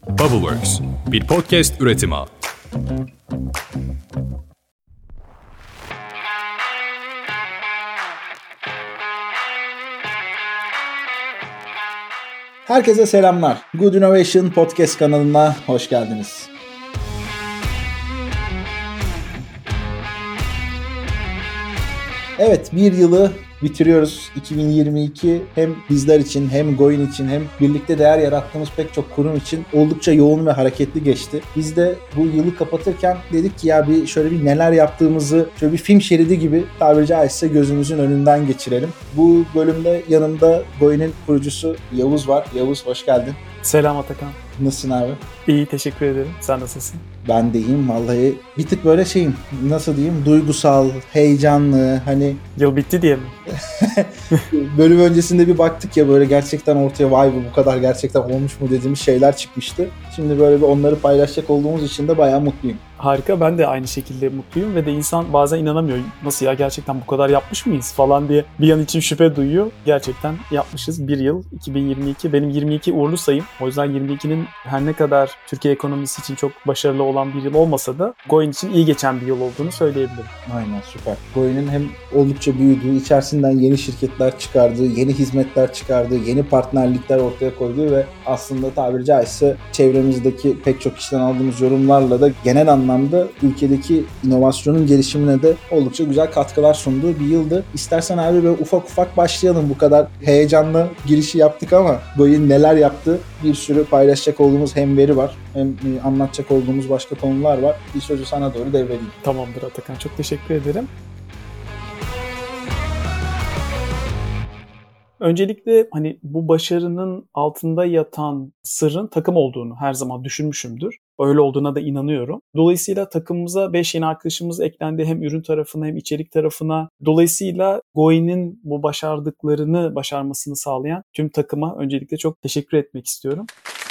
Bubbleworks, bir podcast üretimi. Herkese selamlar. Good Innovation Podcast kanalına hoş geldiniz. Evet, bir yılı bitiriyoruz. 2022 hem bizler için hem Goin için hem birlikte değer yarattığımız pek çok kurum için oldukça yoğun ve hareketli geçti. Biz de bu yılı kapatırken dedik ki ya şöyle bir neler yaptığımızı şöyle bir film şeridi gibi tabiri caizse gözümüzün önünden geçirelim. Bu bölümde yanımda Goin'in kurucusu Yavuz var. Yavuz, hoş geldin. Selam Atakan. Nasılsın abi? İyi, teşekkür ederim. Sen nasılsın? Ben de iyiyim vallahi. Bir tık böyle nasıl diyeyim, duygusal, heyecanlı, hani... Yıl bitti diye mi? Bölüm öncesinde bir baktık ya, böyle gerçekten ortaya vay bu kadar gerçekten olmuş mu dediğimiz şeyler çıkmıştı. Şimdi böyle bir onları paylaşacak olduğumuz için de bayağı mutluyum. Harika, ben de aynı şekilde mutluyum ve de insan bazen inanamıyor. Nasıl ya, gerçekten bu kadar yapmış mıyız falan diye bir an için şüphe duyuyor. Gerçekten yapmışız. Bir yıl 2022. Benim 22 uğurlu sayım. O yüzden 22'nin her ne kadar Türkiye ekonomisi için çok başarılı olan bir yıl olmasa da Goin için iyi geçen bir yıl olduğunu söyleyebilirim. Aynen, süper. Goin'in hem oldukça büyüdüğü, içerisinden yeni şirketler çıkardığı, yeni hizmetler çıkardığı, yeni partnerlikler ortaya koyduğu ve aslında tabiri caizse çevremizdeki pek çok kişiden aldığımız yorumlarla da genel anlamda ülkedeki inovasyonun gelişimine de oldukça güzel katkılar sunduğu bir yıldı. İstersen abi böyle ufak ufak başlayalım. Bu kadar heyecanlı girişi yaptık ama Goin neler yaptı? Bir sürü paylaşacak olduğumuz hem veri var hem anlatacak olduğumuz başka konular var. Bir sözü sana doğru devredeyim. Tamamdır Atakan, çok teşekkür ederim. Öncelikle hani bu başarının altında yatan sırrın takım olduğunu her zaman düşünmüşümdür. Öyle olduğuna da inanıyorum. Dolayısıyla takımımıza 5 yeni arkadaşımız eklendi, hem ürün tarafına hem içerik tarafına. Dolayısıyla Goin'in bu başarmasını sağlayan tüm takıma öncelikle çok teşekkür etmek istiyorum.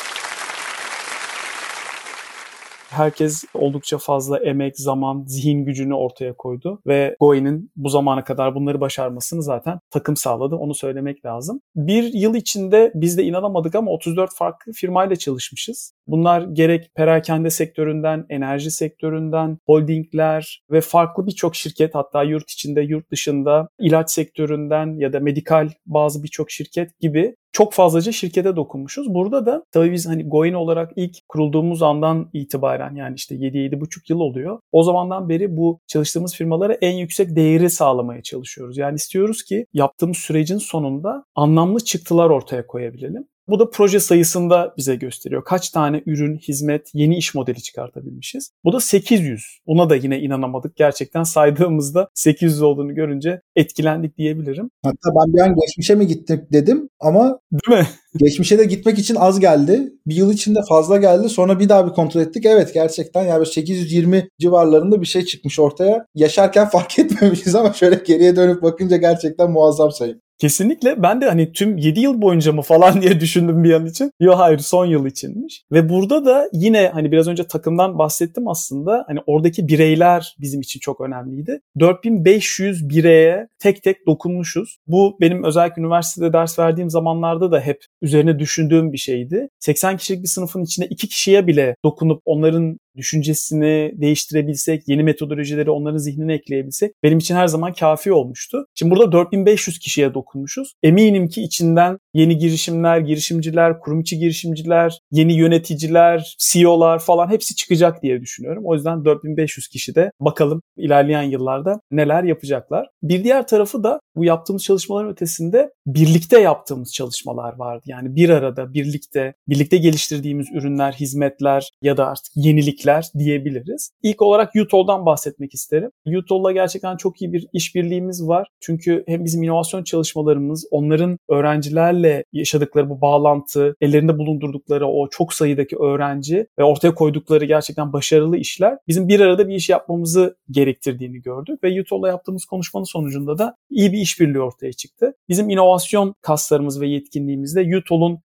Herkes oldukça fazla emek, zaman, zihin gücünü ortaya koydu ve Goin'in bu zamana kadar bunları başarmasını zaten takım sağladı. Onu söylemek lazım. Bir yıl içinde biz de inanamadık ama 34 farklı firmayla çalışmışız. Bunlar gerek perakende sektöründen, enerji sektöründen, holdingler ve farklı birçok şirket, hatta yurt içinde, yurt dışında, ilaç sektöründen ya da medikal bazı birçok şirket gibi çok fazlaca şirkete dokunmuşuz. Burada da tabii biz hani Goin olarak ilk kurulduğumuz andan itibaren, yani işte 7-7,5 yıl oluyor. O zamandan beri bu çalıştığımız firmalara en yüksek değeri sağlamaya çalışıyoruz. Yani istiyoruz ki yaptığımız sürecin sonunda anlamlı çıktılar ortaya koyabilelim. Bu da proje sayısında bize gösteriyor. Kaç tane ürün, hizmet, yeni iş modeli çıkartabilmişiz. Bu da 800. Ona da yine inanamadık. Gerçekten saydığımızda 800 olduğunu görünce etkilendik diyebilirim. Hatta ben bir an geçmişe mi gittik dedim ama değil mi? Geçmişe de gitmek için az geldi. Bir yıl içinde fazla geldi. Sonra bir daha bir kontrol ettik. Evet, gerçekten yani 820 civarlarında bir şey çıkmış ortaya. Yaşarken fark etmemişiz ama şöyle geriye dönüp bakınca gerçekten muazzam sayı. Kesinlikle. Ben de hani tüm 7 yıl boyunca mı falan diye düşündüm bir an için. Yok, hayır, son yıl içinmiş. Ve burada da yine hani biraz önce takımdan bahsettim aslında. Hani oradaki bireyler bizim için çok önemliydi. 4500 bireye tek tek dokunmuşuz. Bu benim özellikle üniversitede ders verdiğim zamanlarda da hep üzerine düşündüğüm bir şeydi. 80 kişilik bir sınıfın içinde 2 kişiye bile dokunup onların düşüncesini değiştirebilsek, yeni metodolojileri onların zihnine ekleyebilsek benim için her zaman kafi olmuştu. Şimdi burada 4500 kişiye dokunmuşuz. Eminim ki içinden yeni girişimler, girişimciler, kurum içi girişimciler, yeni yöneticiler, CEO'lar falan hepsi çıkacak diye düşünüyorum. O yüzden 4500 kişi de bakalım ilerleyen yıllarda neler yapacaklar. Bir diğer tarafı da bu yaptığımız çalışmaların ötesinde birlikte yaptığımız çalışmalar vardı. Yani bir arada, birlikte geliştirdiğimiz ürünler, hizmetler ya da artık yenilikler diyebiliriz. İlk olarak Utol'dan bahsetmek isterim. Utol'la gerçekten çok iyi bir işbirliğimiz var. Çünkü hem bizim inovasyon çalışmalarımız, onların öğrencilerle yaşadıkları bu bağlantı, ellerinde bulundurdukları o çok sayıdaki öğrenci ve ortaya koydukları gerçekten başarılı işler bizim bir arada bir iş yapmamızı gerektirdiğini gördük ve Utol'la yaptığımız konuşmanın sonucunda da iyi bir işbirliği ortaya çıktı. Bizim inovasyon kaslarımız ve yetkinliğimizde Utol'un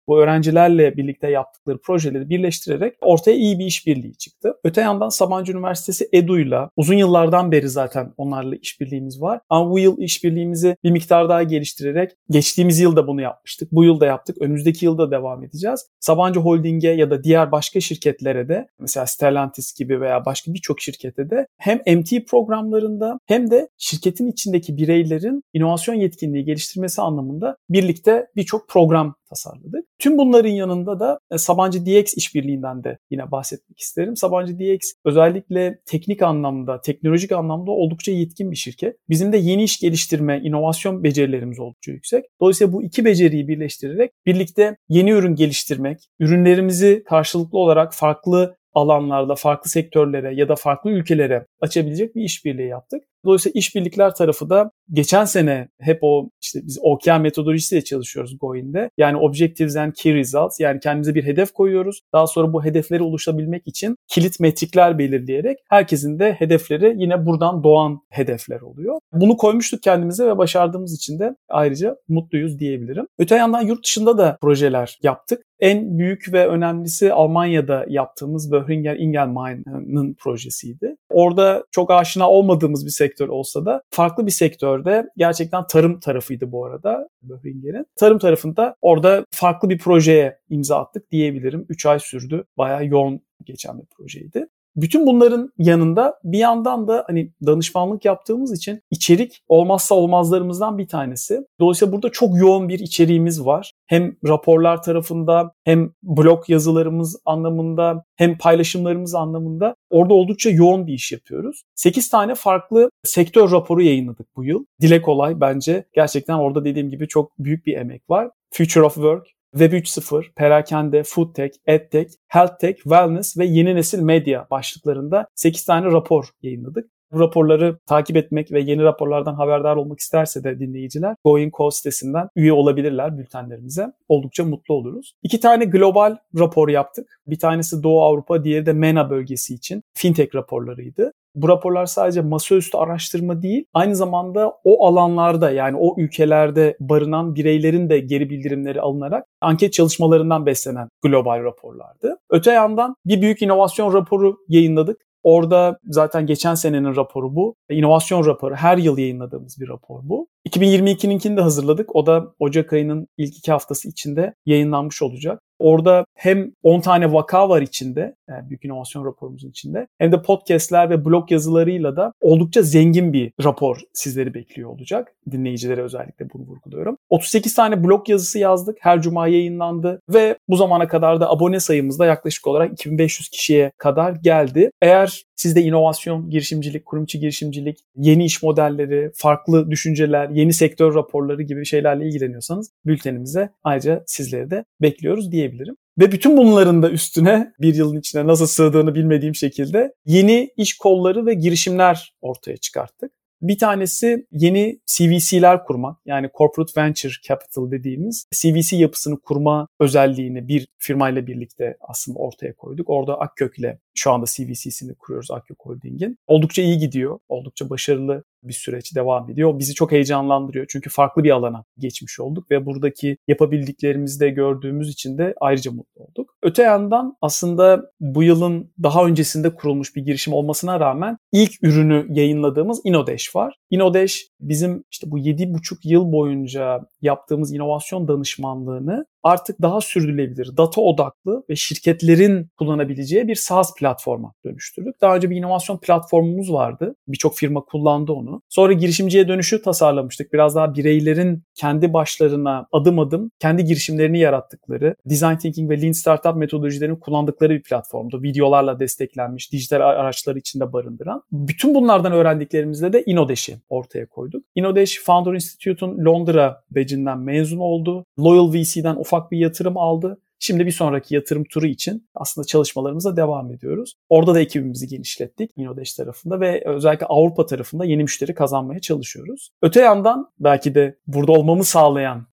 bu öğrencilerle birlikte yaptıkları projeleri birleştirerek ortaya iyi bir işbirliği çıktı. Öte yandan Sabancı Üniversitesi EDU'yla uzun yıllardan beri zaten onlarla işbirliğimiz var. Ama bu yıl işbirliğimizi bir miktar daha geliştirerek geçtiğimiz yıl da bunu yapmıştık. Bu yıl da yaptık. Önümüzdeki yılda devam edeceğiz. Sabancı Holding'e ya da diğer başka şirketlere de mesela Stellantis gibi veya başka birçok şirkete de hem MT programlarında hem de şirketin içindeki bireylerin inovasyon yetkinliği geliştirmesi anlamında birlikte birçok program tasarladık. Tüm bunların yanında da Sabancı DX işbirliğinden de yine bahsetmek isterim. Sabancı DX özellikle teknik anlamda, teknolojik anlamda oldukça yetkin bir şirket. Bizim de yeni iş geliştirme, inovasyon becerilerimiz oldukça yüksek. Dolayısıyla bu iki beceriyi birleştirerek birlikte yeni ürün geliştirmek, ürünlerimizi karşılıklı olarak farklı alanlarda, farklı sektörlere ya da farklı ülkelere açabilecek bir işbirliği yaptık. Dolayısıyla işbirlikler tarafı da geçen sene hep biz OKR metodolojisiyle çalışıyoruz Goin'de. Yani Objectives and Key Results, yani kendimize bir hedef koyuyoruz. Daha sonra bu hedeflere ulaşabilmek için kilit metrikler belirleyerek herkesin de hedefleri yine buradan doğan hedefler oluyor. Bunu koymuştuk kendimize ve başardığımız için de ayrıca mutluyuz diyebilirim. Öte yandan yurt dışında da projeler yaptık. En büyük ve önemlisi Almanya'da yaptığımız Boehringer Ingelheim'ın projesiydi. Orada çok aşina olmadığımız bir sektör olsa da farklı bir sektörde, gerçekten tarım tarafıydı bu arada Boehringer'in. Tarım tarafında orada farklı bir projeye imza attık diyebilirim. 3 ay sürdü. Bayağı yoğun geçen bir projeydi. Bütün bunların yanında bir yandan da danışmanlık yaptığımız için içerik olmazsa olmazlarımızdan bir tanesi. Dolayısıyla burada çok yoğun bir içeriğimiz var. Hem raporlar tarafında, hem blog yazılarımız anlamında, hem paylaşımlarımız anlamında orada oldukça yoğun bir iş yapıyoruz. 8 tane farklı sektör raporu yayınladık bu yıl. Dile kolay bence. Gerçekten orada dediğim gibi çok büyük bir emek var. Future of Work, Web 3.0, perakende, food tech, edtech, health tech, wellness ve yeni nesil medya başlıklarında 8 tane rapor yayınladık. Bu raporları takip etmek ve yeni raporlardan haberdar olmak isterse de dinleyiciler Goin.co sitesinden üye olabilirler bültenlerimize. Oldukça mutlu oluruz. 2 tane global rapor yaptık. Bir tanesi Doğu Avrupa, diğeri de MENA bölgesi için fintech raporlarıydı. Bu raporlar sadece masaüstü araştırma değil, aynı zamanda o alanlarda, yani o ülkelerde barınan bireylerin de geri bildirimleri alınarak anket çalışmalarından beslenen global raporlardı. Öte yandan bir büyük inovasyon raporu yayınladık. Orada zaten geçen senenin raporu bu. İnovasyon raporu, her yıl yayınladığımız bir rapor bu. 2022'ninkini de hazırladık. O da Ocak ayının ilk 2 haftası içinde yayınlanmış olacak. Orada hem 10 tane vaka var içinde, yani büyük inovasyon raporumuzun içinde, hem de podcastler ve blog yazılarıyla da oldukça zengin bir rapor sizleri bekliyor olacak. Dinleyicilere özellikle bunu vurguluyorum. 38 tane blog yazısı yazdık. Her cuma yayınlandı ve bu zamana kadar da abone sayımız da yaklaşık olarak 2500 kişiye kadar geldi. Eğer siz de inovasyon, girişimcilik, kurum içi girişimcilik, yeni iş modelleri, farklı düşünceler, yeni sektör raporları gibi şeylerle ilgileniyorsanız bültenimize ayrıca sizleri de bekliyoruz diyebilirim. Ve bütün bunların da üstüne bir yılın içine nasıl sığdığını bilmediğim şekilde yeni iş kolları ve girişimler ortaya çıkarttık. Bir tanesi yeni CVC'ler kurmak, yani Corporate Venture Capital dediğimiz CVC yapısını kurma özelliğini bir firmayla birlikte aslında ortaya koyduk. Orada Akkök'le şu anda CVC'sini kuruyoruz, Akkök Holding'in. Oldukça iyi gidiyor, oldukça başarılı bir süreç devam ediyor. Bizi çok heyecanlandırıyor çünkü farklı bir alana geçmiş olduk ve buradaki yapabildiklerimizi de gördüğümüz için de ayrıca mutlu olduk. Öte yandan aslında bu yılın daha öncesinde kurulmuş bir girişim olmasına rağmen ilk ürünü yayınladığımız InnoDash var. InnoDash bizim bu 7,5 yıl boyunca yaptığımız inovasyon danışmanlığını artık daha sürdürülebilir, data odaklı ve şirketlerin kullanabileceği bir SaaS platforma dönüştürdük. Daha önce bir inovasyon platformumuz vardı. Birçok firma kullandı onu. Sonra girişimciye dönüşü tasarlamıştık. Biraz daha bireylerin kendi başlarına adım adım kendi girişimlerini yarattıkları, Design Thinking ve Lean Startup metodolojilerini kullandıkları bir platformdu. Videolarla desteklenmiş, dijital araçları içinde barındıran. Bütün bunlardan öğrendiklerimizle de InnoDash'i ortaya koyduk. InnoDash, Founder Institute'un Londra badge'inden mezun oldu. Loyal VC'den ufak bir yatırım aldı. Şimdi bir sonraki yatırım turu için aslında çalışmalarımıza devam ediyoruz. Orada da ekibimizi genişlettik InnoDash tarafında ve özellikle Avrupa tarafında yeni müşteri kazanmaya çalışıyoruz. Öte yandan belki de burada olmamı sağlayan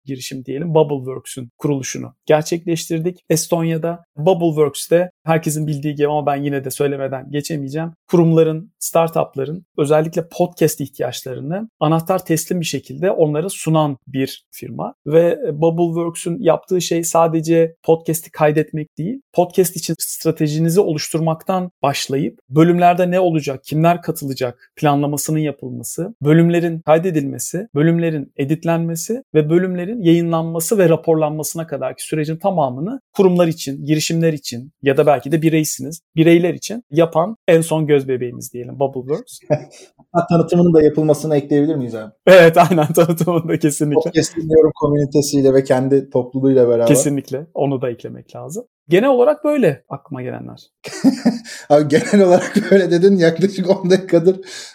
girişim diyelim. Bubbleworks'ün kuruluşunu gerçekleştirdik. Estonya'da Bubbleworks'te herkesin bildiği gibi ama ben yine de söylemeden geçemeyeceğim. Kurumların, startupların özellikle podcast ihtiyaçlarını anahtar teslim bir şekilde onlara sunan bir firma. Ve Bubbleworks'ün yaptığı şey sadece podcast'i kaydetmek değil, podcast için stratejinizi oluşturmaktan başlayıp bölümlerde ne olacak, kimler katılacak planlamasının yapılması, bölümlerin kaydedilmesi, bölümlerin editlenmesi ve bölümlerin yayınlanması ve raporlanmasına kadarki sürecin tamamını kurumlar için, girişimler için ya da belki de bireyler için yapan en son göz bebeğimiz diyelim Bubbleworks. Tanıtımının da yapılmasını ekleyebilir miyiz abi? Evet, aynen, tanıtımında kesinlikle. Podcast dinliyorum komünitesiyle ve kendi topluluğuyla beraber. Kesinlikle. Onu da eklemek lazım. Genel olarak böyle aklıma gelenler. Abi genel olarak böyle dedin, yaklaşık 10 dakikadır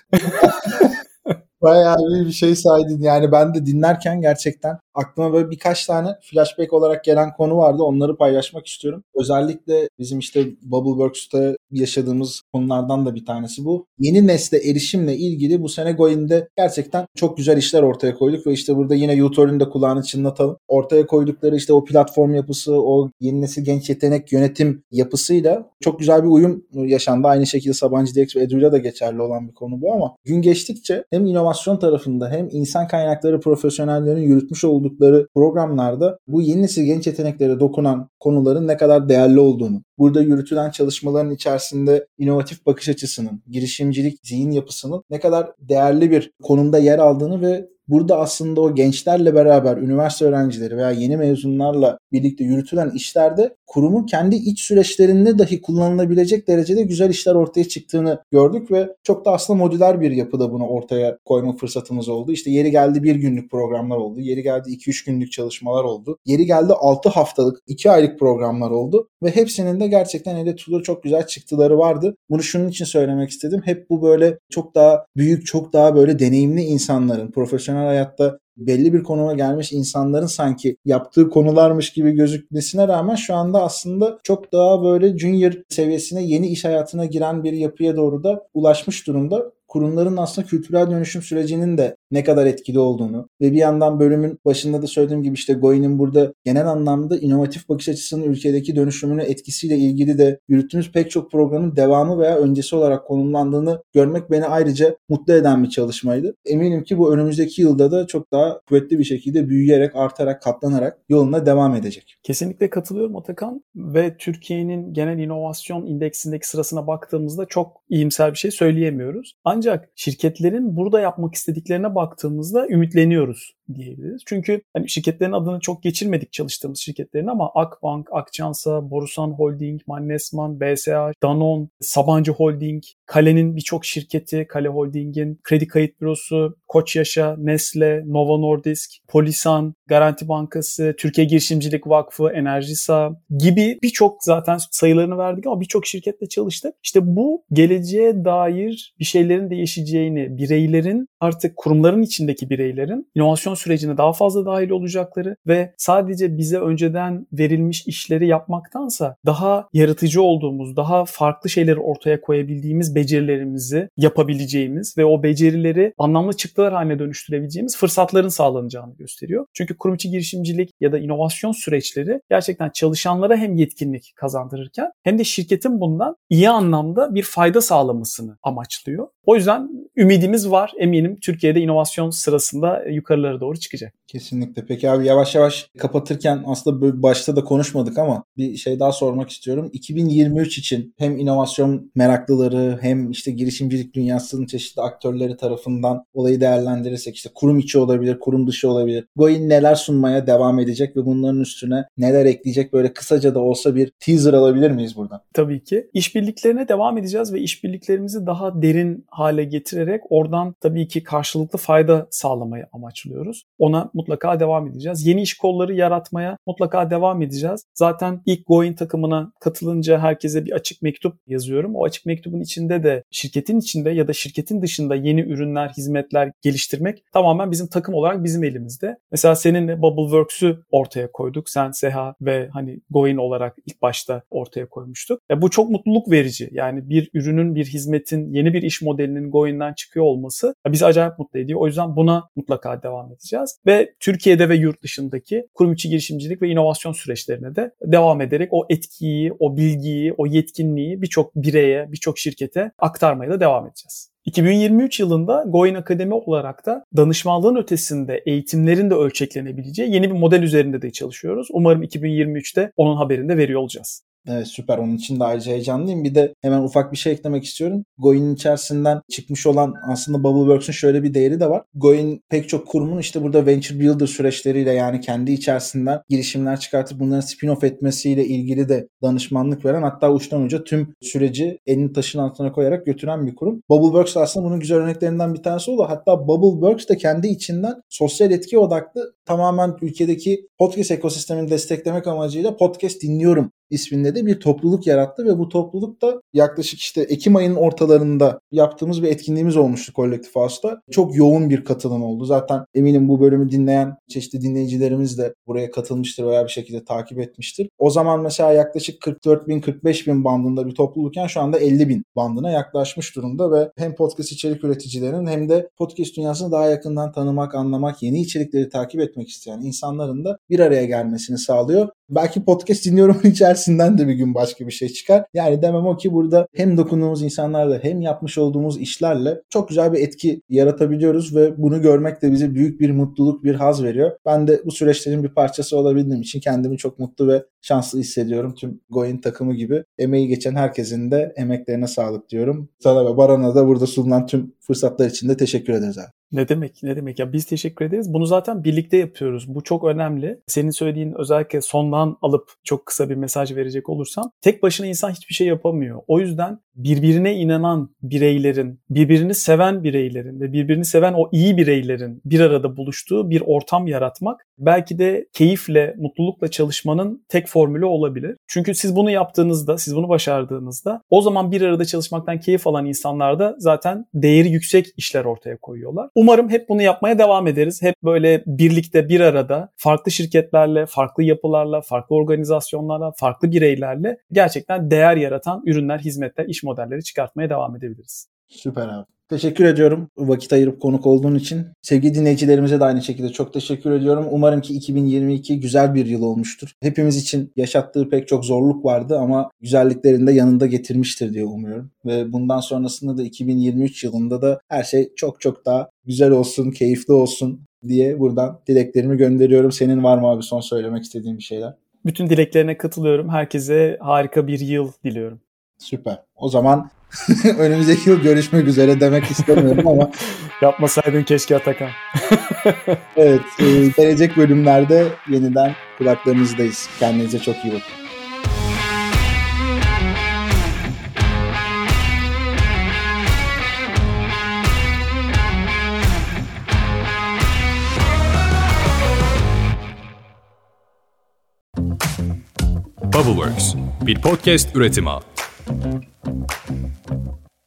bayağı bir şey saydın. Yani ben de dinlerken gerçekten aklıma böyle birkaç tane flashback olarak gelen konu vardı. Onları paylaşmak istiyorum. Özellikle bizim işte Bubbleworks'te yaşadığımız konulardan da bir tanesi bu. Yeni nesle erişimle ilgili bu sene Goin'de gerçekten çok güzel işler ortaya koyduk ve işte burada yine YouTube'un da kulağını çınlatalım. Ortaya koydukları işte o platform yapısı, o yeni nesil genç yetenek yönetim yapısıyla çok güzel bir uyum yaşandı. Aynı şekilde Sabancı DX ve Edu'yla da geçerli olan bir konu bu ama gün geçtikçe hem inovasyon tarafında hem insan kaynakları profesyonellerin yürütmüş oldukları programlarda bu yeni nesil genç yeteneklere dokunan konuların ne kadar değerli olduğunu, burada yürütülen çalışmaların içerisinde inovatif bakış açısının, girişimcilik, zihin yapısının ne kadar değerli bir konumda yer aldığını ve burada aslında o gençlerle beraber üniversite öğrencileri veya yeni mezunlarla birlikte yürütülen işlerde kurumun kendi iç süreçlerinde dahi kullanılabilecek derecede güzel işler ortaya çıktığını gördük ve çok da aslında modüler bir yapıda bunu ortaya koyma fırsatımız oldu. İşte yeri geldi 1 günlük programlar oldu, yeri geldi 2-3 günlük çalışmalar oldu, yeri geldi 6 haftalık 2 aylık programlar oldu ve hepsinin de gerçekten ele tutulur çok güzel çıktıları vardı. Bunu şunun için söylemek istedim. Hep bu böyle çok daha büyük, çok daha böyle deneyimli insanların, profesyonel hayatta belli bir konuma gelmiş insanların sanki yaptığı konularmış gibi gözükmesine rağmen şu anda aslında çok daha böyle junior seviyesine, yeni iş hayatına giren bir yapıya doğru da ulaşmış durumda. Kurumların aslında kültürel dönüşüm sürecinin de ne kadar etkili olduğunu ve bir yandan bölümün başında da söylediğim gibi işte Goin'in burada genel anlamda inovatif bakış açısının ülkedeki dönüşümüne etkisiyle ilgili de yürüttüğümüz pek çok programın devamı veya öncesi olarak konumlandığını görmek beni ayrıca mutlu eden bir çalışmaydı. Eminim ki bu önümüzdeki yılda da çok daha kuvvetli bir şekilde büyüyerek, artarak, katlanarak yoluna devam edecek. Kesinlikle katılıyorum Atakan ve Türkiye'nin genel inovasyon indeksindeki sırasına baktığımızda çok iyimser bir şey söyleyemiyoruz. Ancak şirketlerin burada yapmak istediklerine baktığımızda ümitleniyoruz diyebiliriz. Çünkü hani şirketlerin adını çok geçirmedik çalıştığımız şirketlerin ama Akbank, Akçansa, Borusan Holding, Mannesmann, BSH, Danone, Sabancı Holding, Kale'nin birçok şirketi, Kale Holding'in Kredi Kayıt Bürosu, Koç Yaşa, Nestle, Novo Nordisk, Polisan, Garanti Bankası, Türkiye Girişimcilik Vakfı, Enerjisa gibi birçok zaten sayılarını verdik ama birçok şirketle çalıştık. İşte bu geleceğe dair bir şeylerin değişeceğini, bireylerin artık kurumların içindeki bireylerin inovasyon sürecine daha fazla dahil olacakları ve sadece bize önceden verilmiş işleri yapmaktansa daha yaratıcı olduğumuz, daha farklı şeyleri ortaya koyabildiğimiz becerilerimizi yapabileceğimiz ve o becerileri anlamlı çıktılar haline dönüştürebileceğimiz fırsatların sağlanacağını gösteriyor. Çünkü kurum içi girişimcilik ya da inovasyon süreçleri gerçekten çalışanlara hem yetkinlik kazandırırken hem de şirketin bundan iyi anlamda bir fayda sağlamasını amaçlıyor. O yüzden ümidimiz var. Eminim Türkiye'de inovasyon sırasında yukarılara doğru çıkacak. Kesinlikle. Peki abi yavaş yavaş kapatırken aslında başta da konuşmadık ama bir şey daha sormak istiyorum. 2023 için hem inovasyon meraklıları hem işte girişimcilik dünyasının çeşitli aktörleri tarafından olayı değerlendirirsek işte kurum içi olabilir, kurum dışı olabilir. Goin neler sunmaya devam edecek ve bunların üstüne neler ekleyecek, böyle kısaca da olsa bir teaser alabilir miyiz buradan? Tabii ki. İşbirliklerine devam edeceğiz ve işbirliklerimizi daha derin hale getirerek oradan tabii ki karşılıklı fayda sağlamayı amaçlıyoruz. Ona mutlaka devam edeceğiz. Yeni iş kolları yaratmaya mutlaka devam edeceğiz. Zaten ilk Goin takımına katılınca herkese bir açık mektup yazıyorum. O açık mektubun içinde de şirketin içinde ya da şirketin dışında yeni ürünler, hizmetler geliştirmek tamamen bizim takım olarak bizim elimizde. Mesela seninle Bubbleworks'ü ortaya koyduk. Sen, Seha ve hani Goin olarak ilk başta ortaya koymuştuk. Bu çok mutluluk verici. Yani bir ürünün, bir hizmetin, yeni bir iş modelinin Goin'den çıkıyor olması bizi acayip mutlu ediyor. O yüzden buna mutlaka devam edeceğiz. Ve Türkiye'de ve yurt dışındaki kurum içi girişimcilik ve inovasyon süreçlerine de devam ederek o etkiyi, o bilgiyi, o yetkinliği birçok bireye, birçok şirkete aktarmaya da devam edeceğiz. 2023 yılında Goin Akademi olarak da danışmanlığın ötesinde eğitimlerin de ölçeklenebileceği yeni bir model üzerinde de çalışıyoruz. Umarım 2023'te onun haberini de veriyor olacağız. Evet, süper. Onun için de ayrıca heyecanlıyım. Bir de hemen ufak bir şey eklemek istiyorum. Goin'in içerisinden çıkmış olan aslında Bubbleworks'ün şöyle bir değeri de var. Goin pek çok kurumun işte burada venture builder süreçleriyle, yani kendi içerisinden girişimler çıkartıp bunların spin-off etmesiyle ilgili de danışmanlık veren, hatta uçtan uca tüm süreci elini taşın altına koyarak götüren bir kurum. Bubbleworks aslında bunun güzel örneklerinden bir tanesi oldu. Hatta Bubbleworks de kendi içinden sosyal etki odaklı, tamamen ülkedeki podcast ekosistemini desteklemek amacıyla Podcast Dinliyorum isminde de bir topluluk yarattı ve bu toplulukta yaklaşık işte Ekim ayının ortalarında yaptığımız bir etkinliğimiz olmuştu Collective House'da. Çok yoğun bir katılım oldu. Zaten eminim bu bölümü dinleyen çeşitli dinleyicilerimiz de buraya katılmıştır veya bir şekilde takip etmiştir. O zaman mesela yaklaşık 44.000-45.000 bandında bir toplulukken şu anda 50.000 bandına yaklaşmış durumda ve hem podcast içerik üreticilerinin hem de podcast dünyasını daha yakından tanımak, anlamak, yeni içerikleri takip etmek isteyen insanların da bir araya gelmesini sağlıyor. Belki Podcast Dinliyorum içerisinden de bir gün başka bir şey çıkar. Yani demem o ki burada hem dokunduğumuz insanlarla hem yapmış olduğumuz işlerle çok güzel bir etki yaratabiliyoruz ve bunu görmek de bize büyük bir mutluluk, bir haz veriyor. Ben de bu süreçlerin bir parçası olabildiğim için kendimi çok mutlu ve şanslı hissediyorum. Tüm Goin takımı gibi emeği geçen herkesin de emeklerine sağlık diyorum. Sana ve Baran'a da burada sunulan tüm fırsatlar için de teşekkür ederiz abi. Ne demek ya, biz teşekkür ederiz. Bunu zaten birlikte yapıyoruz. Bu çok önemli. Senin söylediğin, özellikle sondan alıp çok kısa bir mesaj verecek olursam, tek başına insan hiçbir şey yapamıyor. O yüzden birbirine inanan bireylerin, birbirini seven bireylerin ve birbirini seven o iyi bireylerin bir arada buluştuğu bir ortam yaratmak belki de keyifle, mutlulukla çalışmanın tek formülü olabilir. Çünkü siz bunu yaptığınızda, siz bunu başardığınızda o zaman bir arada çalışmaktan keyif alan insanlar da zaten değeri yüksek işler ortaya koyuyorlar. Umarım hep bunu yapmaya devam ederiz. Hep böyle birlikte, bir arada, farklı şirketlerle, farklı yapılarla, farklı organizasyonlarla, farklı bireylerle gerçekten değer yaratan ürünler, hizmetler, iş modelleri çıkartmaya devam edebiliriz. Süper abi. Teşekkür ediyorum vakit ayırıp konuk olduğun için. Sevgili dinleyicilerimize de aynı şekilde çok teşekkür ediyorum. Umarım ki 2022 güzel bir yıl olmuştur. Hepimiz için yaşattığı pek çok zorluk vardı ama güzelliklerini de yanında getirmiştir diye umuyorum. Ve bundan sonrasında da 2023 yılında da her şey çok çok daha güzel olsun, keyifli olsun diye buradan dileklerimi gönderiyorum. Senin var mı abi son söylemek istediğin bir şeyler? Bütün dileklerine katılıyorum. Herkese harika bir yıl diliyorum. Süper. O zaman önümüzdeki yıl görüşmek üzere demek istemiyorum ama yapmasaydın keşke Atakan. Evet, gelecek bölümlerde yeniden kulaklarınızdayız. Kendinize çok iyi bakın. Bubbleworks, bir podcast üretimi.